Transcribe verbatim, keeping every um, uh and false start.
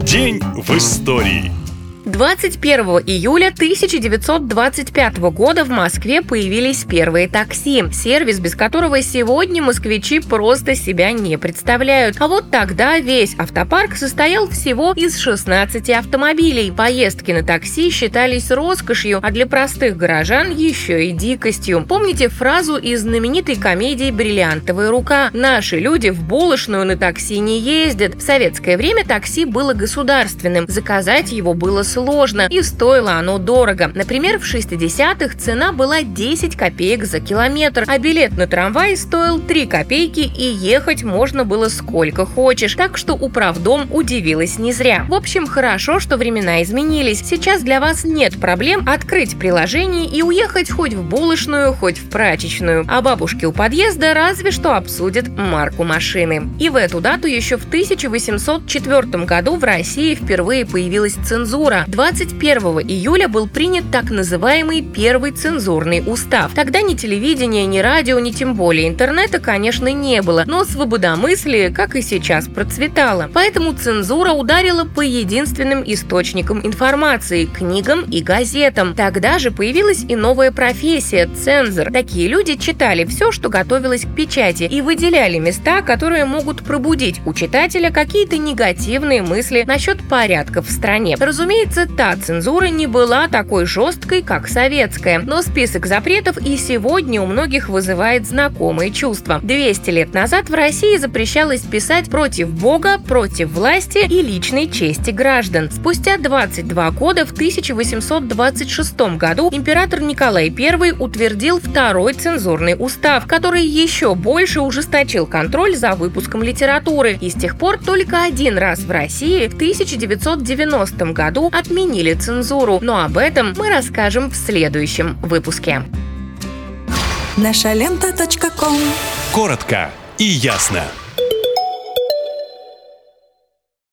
День в истории. двадцать первого июля тысяча девятьсот двадцать пятого года в Москве появились первые такси. Сервис, без которого сегодня москвичи просто себя не представляют. А вот тогда весь автопарк состоял всего из шестнадцати автомобилей. Поездки на такси считались роскошью, а для простых горожан еще и дикостью. Помните фразу из знаменитой комедии «Бриллиантовая рука»? Наши люди в булочную на такси не ездят. В советское время такси было государственным. Заказать его было сложно. Сложно, и стоило оно дорого. Например, в шестидесятых цена была десять копеек за километр, а билет на трамвай стоил три копейки, и ехать можно было сколько хочешь. Так что управдом удивилась не зря. В общем, хорошо, что времена изменились. Сейчас для вас нет проблем открыть приложение и уехать хоть в булочную, хоть в прачечную. А бабушки у подъезда разве что обсудят марку машины. И в эту дату еще в тысяча восемьсот четвёртом году в России впервые появилась цензура. двадцать первого июля был принят так называемый первый цензурный устав. Тогда ни телевидения, ни радио, ни тем более интернета, конечно, не было, но свободомыслие, как и сейчас, процветало. Поэтому цензура ударила по единственным источникам информации – книгам и газетам. Тогда же появилась и новая профессия – цензор. Такие люди читали все, что готовилось к печати, и выделяли места, которые могут пробудить у читателя какие-то негативные мысли насчет порядков в стране. Разумеется, та цензура не была такой жесткой, как советская, но список запретов и сегодня у многих вызывает знакомые чувства. двести лет назад в России запрещалось писать против Бога, против власти и личной чести граждан. Спустя двадцать два года, в тысяча восемьсот двадцать шестом году, император Николай Первый утвердил второй цензурный устав, который еще больше ужесточил контроль за выпуском литературы. И с тех пор только один раз в России, в тысяча девятьсот девяностом году, отменили цензуру, но об этом мы расскажем в следующем выпуске. наша лента точка ком. Коротко и ясно.